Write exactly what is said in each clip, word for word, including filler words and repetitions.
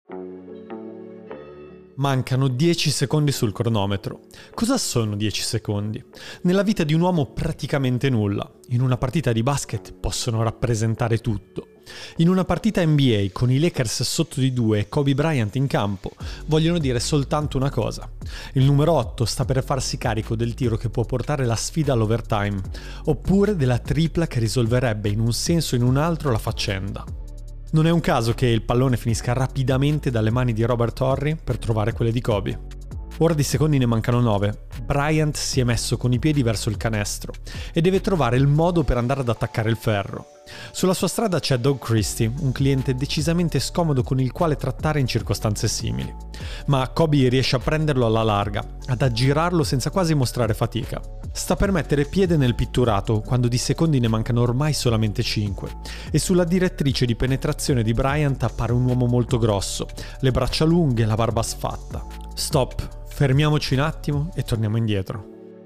Mancano dieci secondi sul cronometro. Cosa sono dieci secondi? Nella vita di un uomo praticamente nulla. In una partita di basket possono rappresentare tutto. In una partita N B A con i Lakers sotto di due e Kobe Bryant in campo vogliono dire soltanto una cosa. Il numero otto sta per farsi carico del tiro che può portare la sfida all'overtime, oppure della tripla che risolverebbe in un senso o in un altro la faccenda. Non è un caso che il pallone finisca rapidamente dalle mani di Robert Horry per trovare quelle di Kobe. Ora di secondi ne mancano nove. Bryant si è messo con i piedi verso il canestro e deve trovare il modo per andare ad attaccare il ferro. Sulla sua strada c'è Doug Christie, un cliente decisamente scomodo con il quale trattare in circostanze simili. Ma Kobe riesce a prenderlo alla larga, ad aggirarlo senza quasi mostrare fatica. Sta per mettere piede nel pitturato quando di secondi ne mancano ormai solamente cinque e sulla direttrice di penetrazione di Bryant appare un uomo molto grosso, le braccia lunghe e la barba sfatta. Stop, fermiamoci un attimo e torniamo indietro.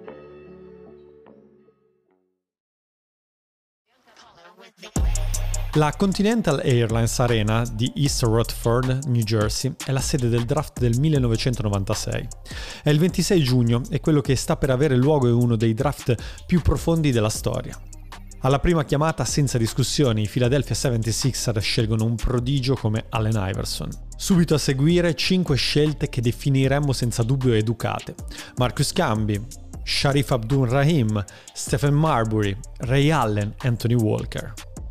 La Continental Airlines Arena di East Rutherford, New Jersey, è la sede del draft del millenovecentonovantasei. È il ventisei giugno e quello che sta per avere luogo è uno dei draft più profondi della storia. Alla prima chiamata, senza discussioni, i Philadelphia settantasei ers scelgono un prodigio come Allen Iverson. Subito a seguire cinque scelte che definiremmo senza dubbio educate: Marcus Camby, Sharif Abdul-Rahim, Stephen Marbury, Ray Allen, Anthony Walker.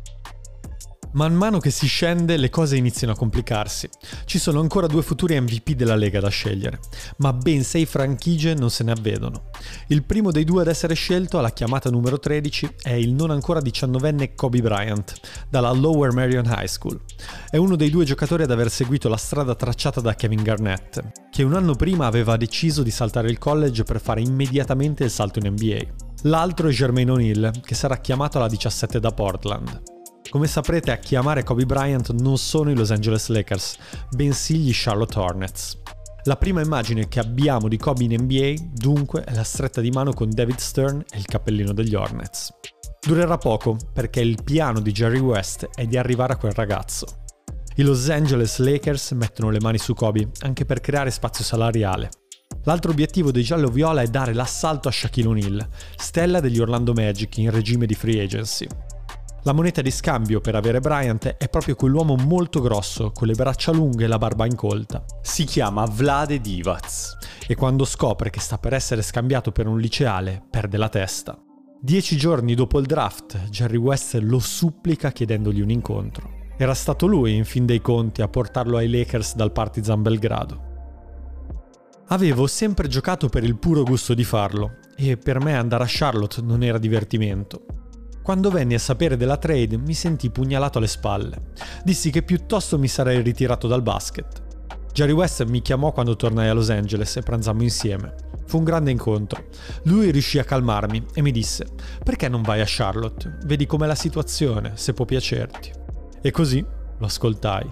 Man mano che si scende le cose iniziano a complicarsi. Ci sono ancora due futuri M V P della Lega da scegliere, ma ben sei franchigie non se ne avvedono. Il primo dei due ad essere scelto alla chiamata numero tredici è il non ancora diciannovenne Kobe Bryant, dalla Lower Merion High School. È uno dei due giocatori ad aver seguito la strada tracciata da Kevin Garnett, che un anno prima aveva deciso di saltare il college per fare immediatamente il salto in N B A. L'altro è Jermaine O'Neal, che sarà chiamato alla diciassette da Portland. Come saprete, a chiamare Kobe Bryant non sono i Los Angeles Lakers, bensì gli Charlotte Hornets. La prima immagine che abbiamo di Kobe in N B A, dunque, è la stretta di mano con David Stern e il cappellino degli Hornets. Durerà poco, perché il piano di Jerry West è di arrivare a quel ragazzo. I Los Angeles Lakers mettono le mani su Kobe, anche per creare spazio salariale. L'altro obiettivo dei giallo-viola è dare l'assalto a Shaquille O'Neal, stella degli Orlando Magic in regime di free agency. La moneta di scambio per avere Bryant è proprio quell'uomo molto grosso, con le braccia lunghe e la barba incolta. Si chiama Vlade Divac e quando scopre che sta per essere scambiato per un liceale, perde la testa. Dieci giorni dopo il draft, Jerry West lo supplica chiedendogli un incontro. Era stato lui, in fin dei conti, a portarlo ai Lakers dal Partizan Belgrado. Avevo sempre giocato per il puro gusto di farlo, e per me andare a Charlotte non era divertimento. Quando venni a sapere della trade mi sentii pugnalato alle spalle. Dissi che piuttosto mi sarei ritirato dal basket. Jerry West mi chiamò quando tornai a Los Angeles e pranzammo insieme. Fu un grande incontro. Lui riuscì a calmarmi e mi disse: «Perché non vai a Charlotte? Vedi com'è la situazione, se può piacerti». E così lo ascoltai.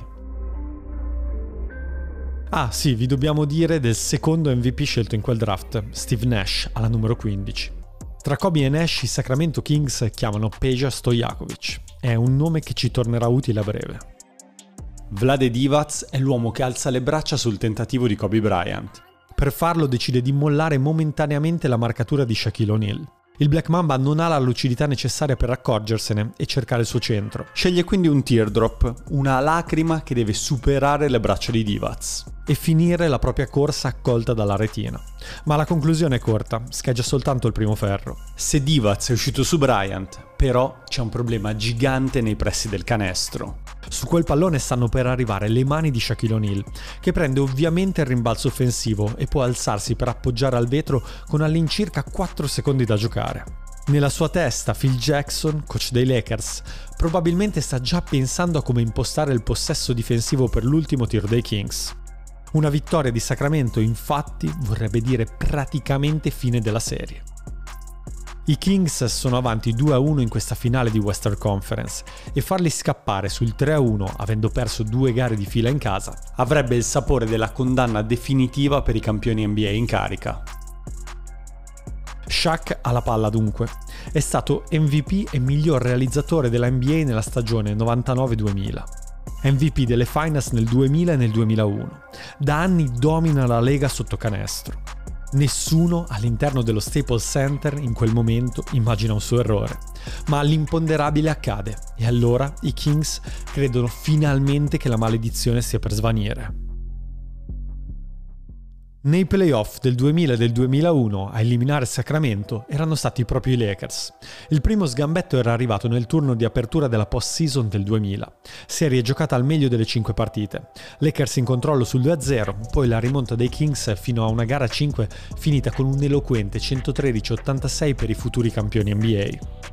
Ah sì, vi dobbiamo dire del secondo M V P scelto in quel draft, Steve Nash, alla numero quindici. Tra Kobe e Nash i Sacramento Kings chiamano Peja Stojakovic. È un nome che ci tornerà utile a breve. Vlade Divac è l'uomo che alza le braccia sul tentativo di Kobe Bryant. Per farlo decide di mollare momentaneamente la marcatura di Shaquille O'Neal. Il Black Mamba non ha la lucidità necessaria per accorgersene e cercare il suo centro. Sceglie quindi un teardrop, una lacrima che deve superare le braccia di Divac e finire la propria corsa accolta dalla retina. Ma la conclusione è corta, scheggia soltanto il primo ferro. Se Divac è uscito su Bryant, però c'è un problema gigante nei pressi del canestro. Su quel pallone stanno per arrivare le mani di Shaquille O'Neal, che prende ovviamente il rimbalzo offensivo e può alzarsi per appoggiare al vetro con all'incirca quattro secondi da giocare. Nella sua testa Phil Jackson, coach dei Lakers, probabilmente sta già pensando a come impostare il possesso difensivo per l'ultimo tiro dei Kings. Una vittoria di Sacramento, infatti, vorrebbe dire praticamente fine della serie. I Kings sono avanti due a uno in questa finale di Western Conference e farli scappare sul tre a uno, avendo perso due gare di fila in casa, avrebbe il sapore della condanna definitiva per i campioni N B A in carica. Shaq ha la palla dunque. È stato M V P e miglior realizzatore della N B A nella stagione novantanove duemila. M V P delle Finals nel duemila e nel duemilauno. Da anni domina la lega sotto canestro. Nessuno all'interno dello Staples Center in quel momento immagina un suo errore, ma l'imponderabile accade e allora i Kings credono finalmente che la maledizione stia per svanire. Nei playoff del duemila e del duemilauno a eliminare Sacramento erano stati proprio i Lakers. Il primo sgambetto era arrivato nel turno di apertura della post-season del duemila. Serie giocata al meglio delle cinque partite. Lakers in controllo sul due a zero, poi la rimonta dei Kings fino a una gara cinque finita con un eloquente centotredici a ottantasei per i futuri campioni N B A.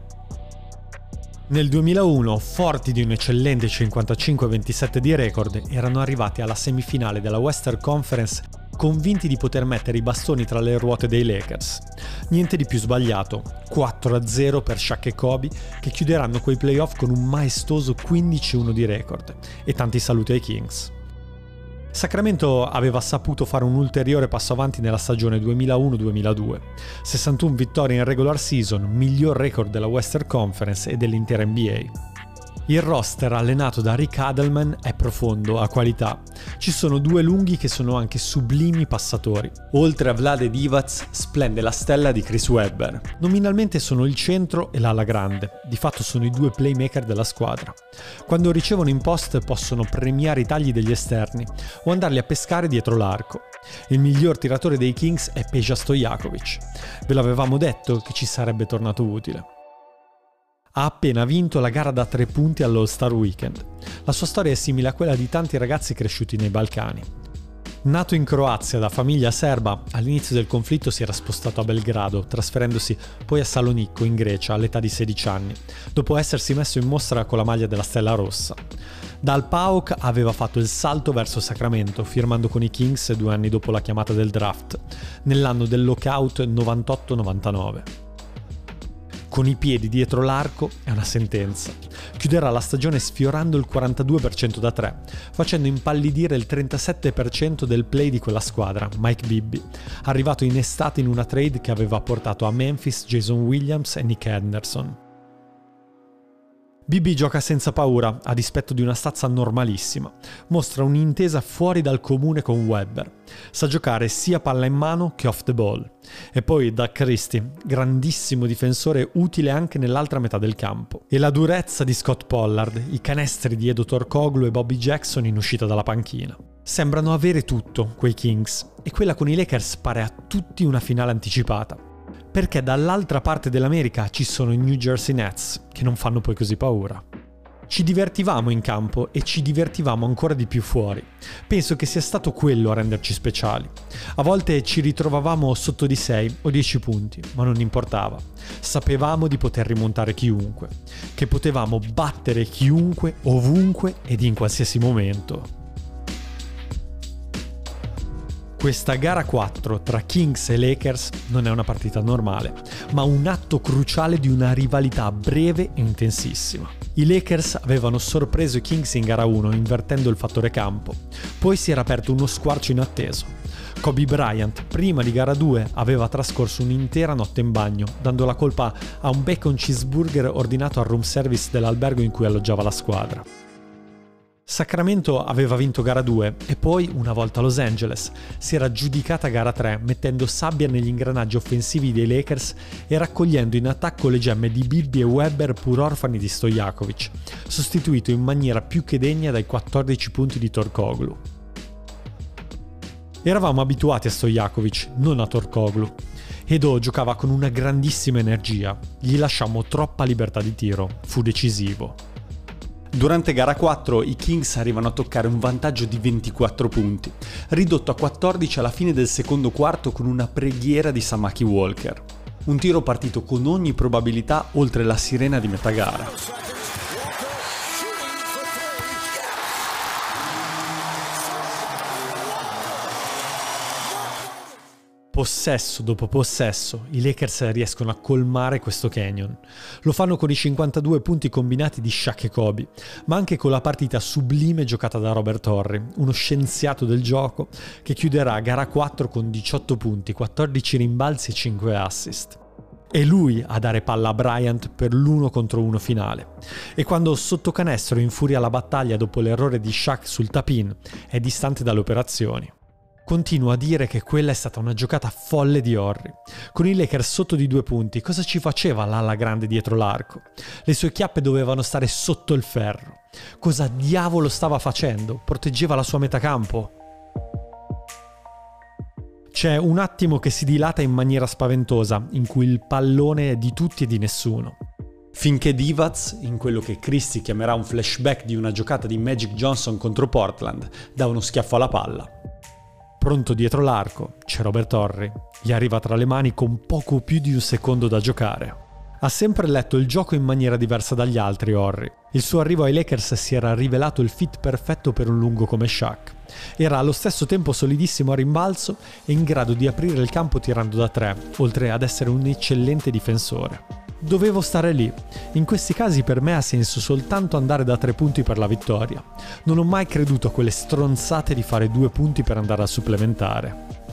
Nel duemilauno, forti di un eccellente cinquantacinque a ventisette di record, erano arrivati alla semifinale della Western Conference convinti di poter mettere i bastoni tra le ruote dei Lakers. Niente di più sbagliato, quattro a zero per Shaq e Kobe, che chiuderanno quei playoff con un maestoso quindici a uno di record, e tanti saluti ai Kings. Sacramento aveva saputo fare un ulteriore passo avanti nella stagione duemilauno duemiladue. sessantuno vittorie in regular season, miglior record della Western Conference e dell'intera N B A. Il roster allenato da Rick Adelman è profondo, ha qualità. Ci sono due lunghi che sono anche sublimi passatori. Oltre a Vlade Divac, splende la stella di Chris Webber. Nominalmente sono il centro e l'ala grande, di fatto sono i due playmaker della squadra. Quando ricevono in post possono premiare i tagli degli esterni o andarli a pescare dietro l'arco. Il miglior tiratore dei Kings è Peja Stojakovic. Ve l'avevamo detto che ci sarebbe tornato utile. Ha appena vinto la gara da tre punti all'All-Star Weekend. La sua storia è simile a quella di tanti ragazzi cresciuti nei Balcani. Nato in Croazia da famiglia serba, all'inizio del conflitto si era spostato a Belgrado, trasferendosi poi a Salonicco, in Grecia, all'età di sedici anni, dopo essersi messo in mostra con la maglia della Stella Rossa. Dal P A O K aveva fatto il salto verso Sacramento, firmando con i Kings due anni dopo la chiamata del draft, nell'anno del lockout novantotto novantanove. Con i piedi dietro l'arco è una sentenza. Chiuderà la stagione sfiorando il quarantadue per cento da tre, facendo impallidire il trentasette per cento del play di quella squadra, Mike Bibby, arrivato in estate in una trade che aveva portato a Memphis Jason Williams e Nick Henderson. Bibby gioca senza paura, a dispetto di una stazza normalissima. Mostra un'intesa fuori dal comune con Webber. Sa giocare sia palla in mano che off the ball. E poi Doug Christie, grandissimo difensore utile anche nell'altra metà del campo. E la durezza di Scott Pollard, i canestri di Edo Torkoglu e Bobby Jackson in uscita dalla panchina. Sembrano avere tutto, quei Kings, e quella con i Lakers pare a tutti una finale anticipata. Perché dall'altra parte dell'America ci sono i New Jersey Nets, che non fanno poi così paura. Ci divertivamo in campo e ci divertivamo ancora di più fuori. Penso che sia stato quello a renderci speciali. A volte ci ritrovavamo sotto di sei o dieci punti, ma non importava. Sapevamo di poter rimontare chiunque, che potevamo battere chiunque, ovunque ed in qualsiasi momento. Questa gara quattro tra Kings e Lakers non è una partita normale, ma un atto cruciale di una rivalità breve e intensissima. I Lakers avevano sorpreso i Kings in gara uno invertendo il fattore campo, poi si era aperto uno squarcio inatteso. Kobe Bryant, prima di gara due, aveva trascorso un'intera notte in bagno, dando la colpa a un bacon cheeseburger ordinato al room service dell'albergo in cui alloggiava la squadra. Sacramento aveva vinto gara due e poi, una volta a Los Angeles, si era aggiudicata gara tre mettendo sabbia negli ingranaggi offensivi dei Lakers e raccogliendo in attacco le gemme di Bibby e Webber pur orfani di Stojakovic, sostituito in maniera più che degna dai quattordici punti di Torkoglu. Eravamo abituati a Stojakovic, non a Torkoglu. Edo giocava con una grandissima energia, gli lasciammo troppa libertà di tiro, fu decisivo. Durante gara quattro i Kings arrivano a toccare un vantaggio di ventiquattro punti, ridotto a quattordici alla fine del secondo quarto con una preghiera di Samaki Walker. Un tiro partito con ogni probabilità oltre la sirena di metà gara. Possesso dopo possesso, i Lakers riescono a colmare questo canyon. Lo fanno con i cinquantadue punti combinati di Shaq e Kobe, ma anche con la partita sublime giocata da Robert Horry, uno scienziato del gioco che chiuderà gara quattro con diciotto punti, quattordici rimbalzi e cinque assist. È lui a dare palla a Bryant per l'uno contro uno finale. E quando sotto canestro infuria la battaglia dopo l'errore di Shaq sul tap-in, è distante dalle operazioni. Continua a dire che quella è stata una giocata folle di Horry. Con i Lakers sotto di due punti, cosa ci faceva l'ala grande dietro l'arco? Le sue chiappe dovevano stare sotto il ferro. Cosa diavolo stava facendo? Proteggeva la sua metacampo? C'è un attimo che si dilata in maniera spaventosa, in cui il pallone è di tutti e di nessuno. Finché Divac, in quello che Christie chiamerà un flashback di una giocata di Magic Johnson contro Portland, dà uno schiaffo alla palla. Pronto dietro l'arco, c'è Robert Horry. Gli arriva tra le mani con poco più di un secondo da giocare. Ha sempre letto il gioco in maniera diversa dagli altri Horry. Il suo arrivo ai Lakers si era rivelato il fit perfetto per un lungo come Shaq. Era allo stesso tempo solidissimo a rimbalzo e in grado di aprire il campo tirando da tre, oltre ad essere un eccellente difensore. Dovevo stare lì. In questi casi per me ha senso soltanto andare da tre punti per la vittoria. Non ho mai creduto a quelle stronzate di fare due punti per andare al supplementare.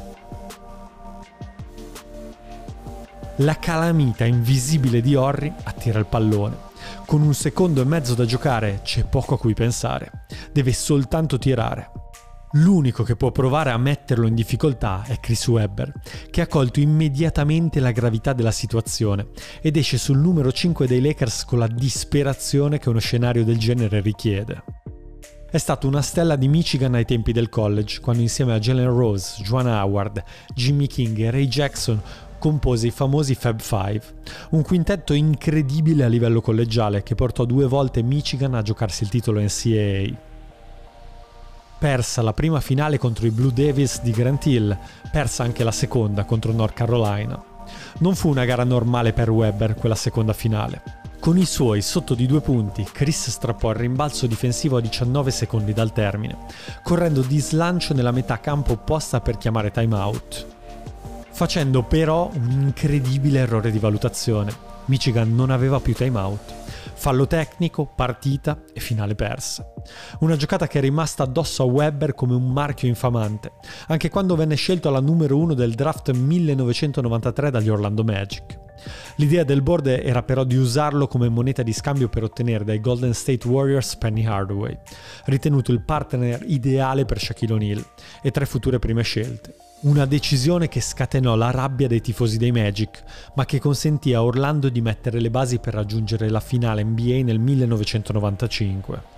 La calamita invisibile di Horry attira il pallone. Con un secondo e mezzo da giocare c'è poco a cui pensare. Deve soltanto tirare. L'unico che può provare a metterlo in difficoltà è Chris Webber, che ha colto immediatamente la gravità della situazione ed esce sul numero cinque dei Lakers con la disperazione che uno scenario del genere richiede. È stato una stella di Michigan ai tempi del college, quando insieme a Jalen Rose, Juwan Howard, Jimmy King e Ray Jackson compose i famosi Fab Five, un quintetto incredibile a livello collegiale che portò due volte Michigan a giocarsi il titolo N C A A. Persa la prima finale contro i Blue Devils di Grant Hill, persa anche la seconda contro North Carolina. Non fu una gara normale per Webber quella seconda finale. Con i suoi sotto di due punti, Chris strappò il rimbalzo difensivo a diciannove secondi dal termine, correndo di slancio nella metà campo opposta per chiamare timeout. Facendo però un incredibile errore di valutazione. Michigan non aveva più timeout. Fallo tecnico, partita e finale persa. Una giocata che è rimasta addosso a Webber come un marchio infamante, anche quando venne scelto alla numero uno del draft millenovecentonovantatré dagli Orlando Magic. L'idea del board era però di usarlo come moneta di scambio per ottenere dai Golden State Warriors Penny Hardaway, ritenuto il partner ideale per Shaquille O'Neal, e tre future prime scelte. Una decisione che scatenò la rabbia dei tifosi dei Magic, ma che consentì a Orlando di mettere le basi per raggiungere la finale N B A nel millenovecentonovantacinque.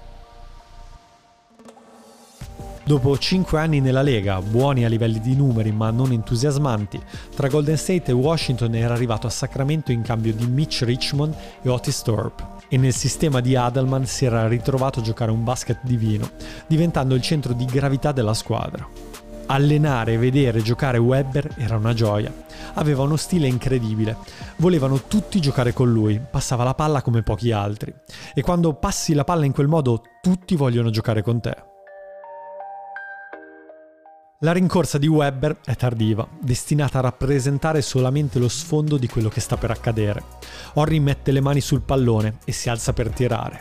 Dopo cinque anni nella Lega, buoni a livelli di numeri ma non entusiasmanti, tra Golden State e Washington era arrivato a Sacramento in cambio di Mitch Richmond e Otis Thorpe, e nel sistema di Adelman si era ritrovato a giocare un basket divino, diventando il centro di gravità della squadra. Allenare e vedere giocare Webber era una gioia. Aveva uno stile incredibile. Volevano tutti giocare con lui, passava la palla come pochi altri. E quando passi la palla in quel modo, tutti vogliono giocare con te. La rincorsa di Webber è tardiva, destinata a rappresentare solamente lo sfondo di quello che sta per accadere. Horry mette le mani sul pallone e si alza per tirare.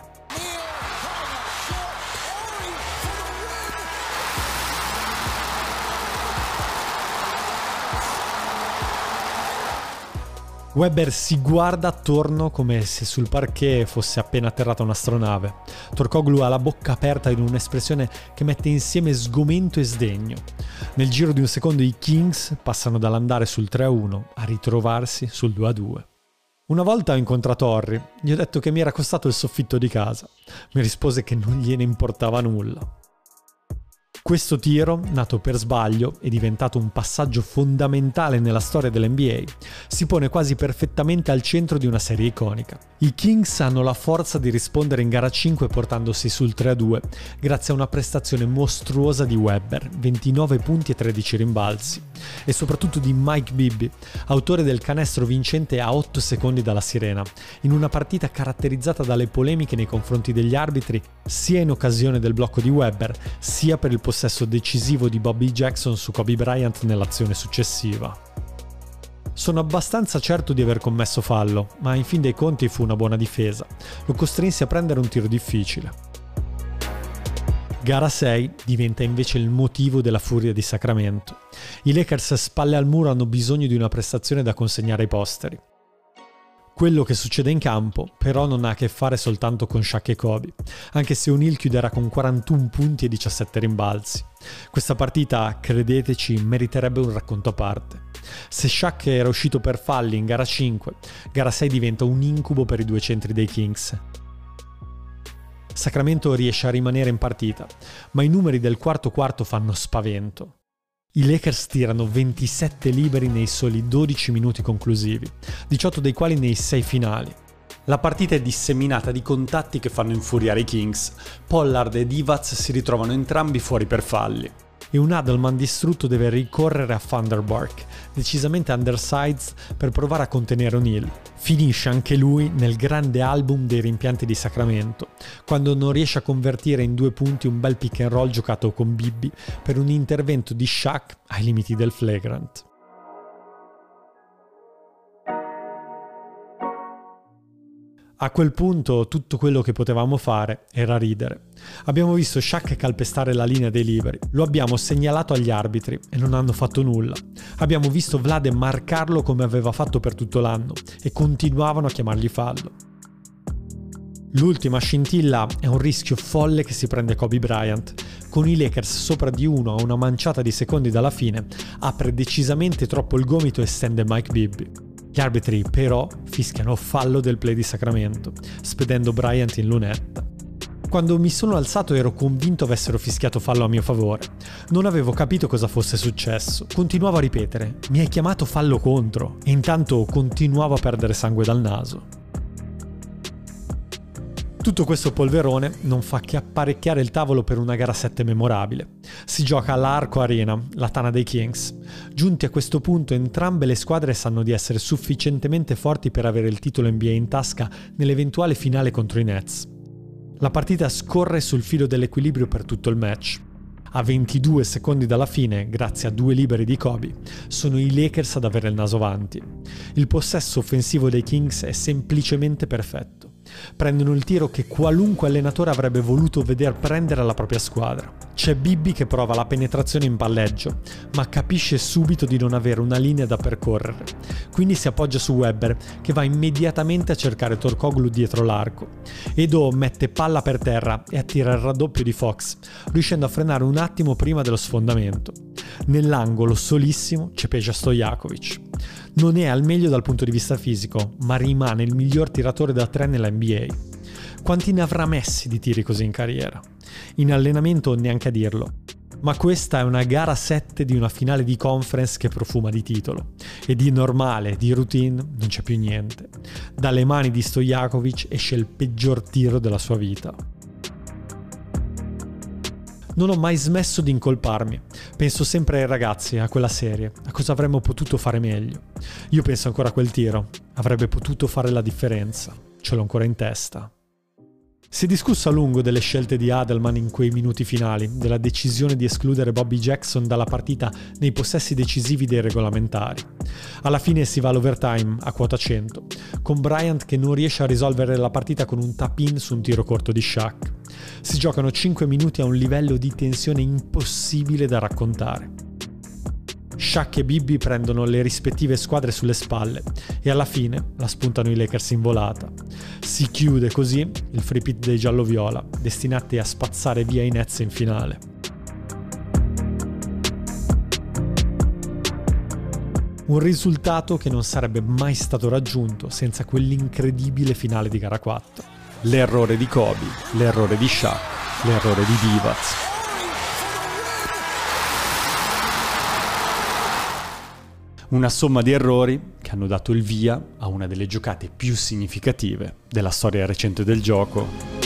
Webber si guarda attorno come se sul parquet fosse appena atterrata un'astronave. Turkoglu ha la bocca aperta in un'espressione che mette insieme sgomento e sdegno. Nel giro di un secondo i Kings passano dall'andare sul tre a uno a ritrovarsi sul due a due. Una volta ho incontrato Horry, gli ho detto che mi era costato il soffitto di casa. Mi rispose che non gliene importava nulla. Questo tiro, nato per sbaglio e diventato un passaggio fondamentale nella storia dell'N B A, si pone quasi perfettamente al centro di una serie iconica. I Kings hanno la forza di rispondere in gara cinque portandosi sul tre a due, grazie a una prestazione mostruosa di Webber, ventinove punti e tredici rimbalzi, e soprattutto di Mike Bibby, autore del canestro vincente a otto secondi dalla sirena, in una partita caratterizzata dalle polemiche nei confronti degli arbitri, sia in occasione del blocco di Webber, sia per il possesso decisivo di Bobby Jackson su Kobe Bryant nell'azione successiva. Sono abbastanza certo di aver commesso fallo, ma in fin dei conti fu una buona difesa. Lo costrinse a prendere un tiro difficile. Gara sei diventa invece il motivo della furia di Sacramento. I Lakers spalle al muro hanno bisogno di una prestazione da consegnare ai posteri. Quello che succede in campo però non ha a che fare soltanto con Shaq e Kobe, anche se O'Neal chiuderà con quarantuno punti e diciassette rimbalzi. Questa partita, credeteci, meriterebbe un racconto a parte. Se Shaq era uscito per falli in gara cinque, gara sei diventa un incubo per i due centri dei Kings. Sacramento riesce a rimanere in partita, ma i numeri del quarto quarto fanno spavento. I Lakers tirano ventisette liberi nei soli dodici minuti conclusivi, diciotto dei quali nei sei finali. La partita è disseminata di contatti che fanno infuriare i Kings. Pollard e Divac si ritrovano entrambi fuori per falli. E un Adelman distrutto deve ricorrere a Thunderbark, decisamente undersized, per provare a contenere O'Neal. Finisce anche lui nel grande album dei rimpianti di Sacramento, quando non riesce a convertire in due punti un bel pick and roll giocato con Bibby per un intervento di Shaq ai limiti del flagrant. A quel punto tutto quello che potevamo fare era ridere. Abbiamo visto Shaq calpestare la linea dei liberi, lo abbiamo segnalato agli arbitri e non hanno fatto nulla. Abbiamo visto Vlade marcarlo come aveva fatto per tutto l'anno e continuavano a chiamargli fallo. L'ultima scintilla è un rischio folle che si prende Kobe Bryant. Con i Lakers sopra di uno a una manciata di secondi dalla fine, apre decisamente troppo il gomito e stende Mike Bibby. Gli arbitri però fischiano fallo del play di Sacramento, spedendo Bryant in lunetta. Quando mi sono alzato ero convinto avessero fischiato fallo a mio favore. Non avevo capito cosa fosse successo. Continuavo a ripetere, mi hai chiamato fallo contro, e intanto continuavo a perdere sangue dal naso. Tutto questo polverone non fa che apparecchiare il tavolo per una gara sette memorabile. Si gioca all'Arco Arena, la tana dei Kings. Giunti a questo punto, entrambe le squadre sanno di essere sufficientemente forti per avere il titolo N B A in tasca nell'eventuale finale contro i Nets. La partita scorre sul filo dell'equilibrio per tutto il match. A ventidue secondi dalla fine, grazie a due liberi di Kobe, sono i Lakers ad avere il naso avanti. Il possesso offensivo dei Kings è semplicemente perfetto. Prendono il tiro che qualunque allenatore avrebbe voluto veder prendere alla propria squadra. C'è Bibby che prova la penetrazione in palleggio, ma capisce subito di non avere una linea da percorrere. Quindi si appoggia su Webber, che va immediatamente a cercare Turkoglu dietro l'arco. Edo mette palla per terra e attira il raddoppio di Fox, riuscendo a frenare un attimo prima dello sfondamento. Nell'angolo solissimo c'è Peja Stojakovic. Non è al meglio dal punto di vista fisico, ma rimane il miglior tiratore da tre nella N B A. Quanti ne avrà messi di tiri così in carriera? In allenamento neanche a dirlo. Ma questa è una gara sette di una finale di conference che profuma di titolo. E di normale, di routine, non c'è più niente. Dalle mani di Stojakovic esce il peggior tiro della sua vita. Non ho mai smesso di incolparmi. Penso sempre ai ragazzi, a quella serie, a cosa avremmo potuto fare meglio. Io penso ancora a quel tiro. Avrebbe potuto fare la differenza. Ce l'ho ancora in testa. Si è discusso a lungo delle scelte di Adelman in quei minuti finali, della decisione di escludere Bobby Jackson dalla partita nei possessi decisivi dei regolamentari. Alla fine si va all'overtime a quota cento, con Bryant che non riesce a risolvere la partita con un tap-in su un tiro corto di Shaq. Si giocano cinque minuti a un livello di tensione impossibile da raccontare. Shaq e Bibby prendono le rispettive squadre sulle spalle e alla fine la spuntano i Lakers in volata. Si chiude così il free pit dei giallo-viola, destinati a spazzare via i Nets in finale. Un risultato che non sarebbe mai stato raggiunto senza quell'incredibile finale di gara quattro. L'errore di Kobe, l'errore di Shaq, l'errore di Divac. Una somma di errori che hanno dato il via a una delle giocate più significative della storia recente del gioco.